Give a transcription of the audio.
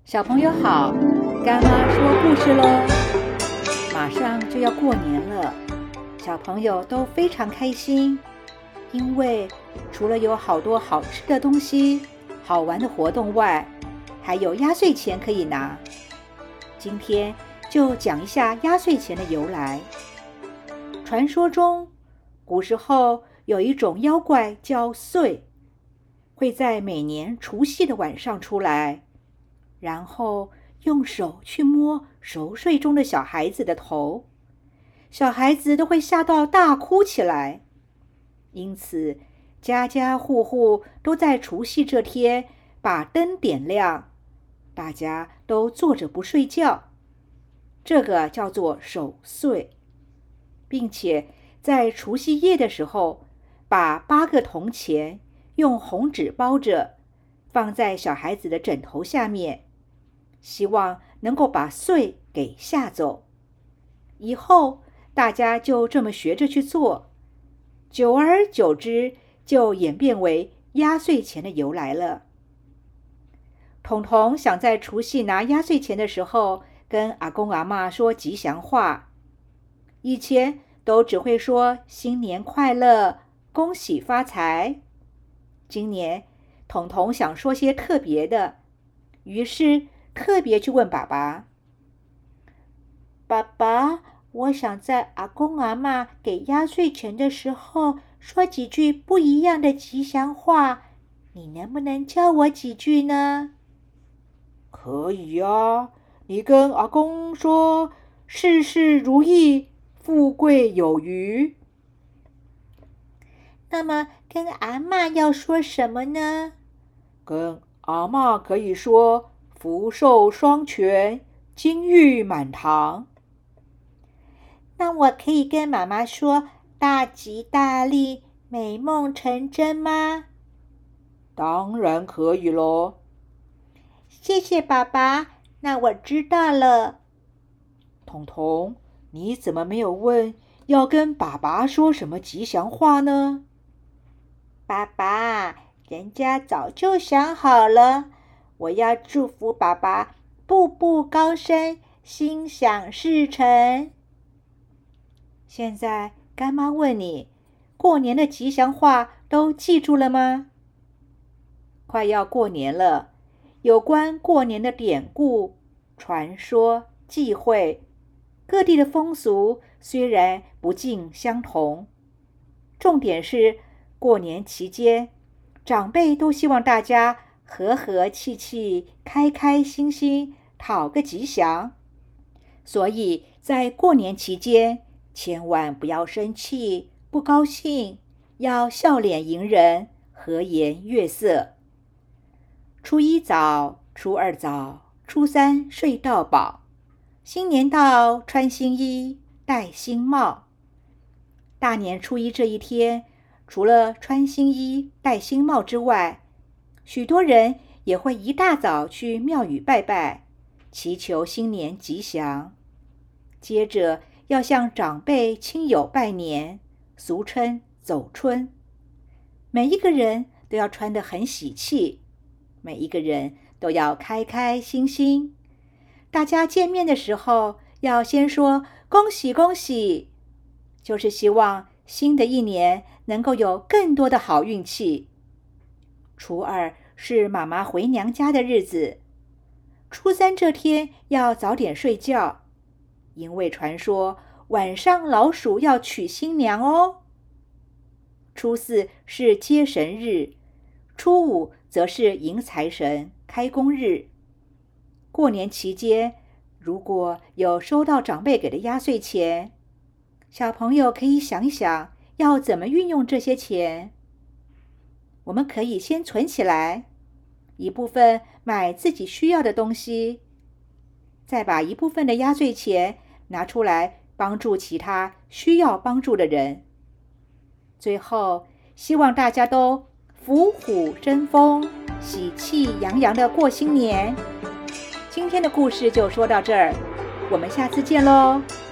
小朋友好，干妈说故事喽。马上就要过年了，小朋友都非常开心，因为除了有好多好吃的东西、好玩的活动外，还有压岁钱可以拿。今天就讲一下压岁钱的由来。传说中，古时候有一种妖怪叫祟，会在每年除夕的晚上出来，然后用手去摸熟睡中的小孩子的头，小孩子都会吓到大哭起来。因此，家家户户都在除夕这天把灯点亮，大家都坐着不睡觉，这个叫做守岁，并且在除夕夜的时候，把8个铜钱用红纸包着，放在小孩子的枕头下面，希望能够把祟给吓走。以后大家就这么学着去做，久而久之就演变为压岁钱的由来了。彤彤想在除夕拿压岁钱的时候跟阿公阿嬷说吉祥话，以前都只会说新年快乐，恭喜发财。今年彤彤想说些特别的，于是特别去问爸爸：爸爸，我想在阿公阿嬷给压岁钱的时候说几句不一样的吉祥话，你能不能教我几句呢？可以呀，你跟阿公说事事如意，富贵有余。那么跟阿嬷要说什么呢？跟阿嬷可以说福寿双全，金玉满堂。那我可以跟妈妈说大吉大利，美梦成真吗？当然可以咯。谢谢爸爸，那我知道了。彤彤，你怎么没有问要跟爸爸说什么吉祥话呢？爸爸，人家早就想好了，我要祝福爸爸步步高升，心想事成。现在干妈问你，过年的吉祥话都记住了吗？快要过年了，有关过年的典故、传说、忌讳，各地的风俗虽然不尽相同，重点是过年期间，长辈都希望大家和和气气、开开心心，讨个吉祥。所以在过年期间，千万不要生气、不高兴，要笑脸迎人，和颜悦色。初一早，初二早，初三睡到饱。新年到，穿新衣，戴新帽。大年初一这一天，除了穿新衣、戴新帽之外，许多人也会一大早去庙宇拜拜，祈求新年吉祥。接着要向长辈亲友拜年，俗称走春。每一个人都要穿得很喜气，每一个人都要开开心心。大家见面的时候要先说恭喜恭喜，就是希望新的一年能够有更多的好运气。初二是妈妈回娘家的日子，初三这天要早点睡觉，因为传说晚上老鼠要娶新娘哦。初四是接神日，初五则是迎财神、开工日。过年期间，如果有收到长辈给的压岁钱，小朋友可以想一想要怎么运用这些钱。我们可以先存起来，一部分买自己需要的东西，再把一部分的压岁钱拿出来帮助其他需要帮助的人。最后，希望大家都伏虎生风，喜气洋洋的过新年。今天的故事就说到这儿，我们下次见喽。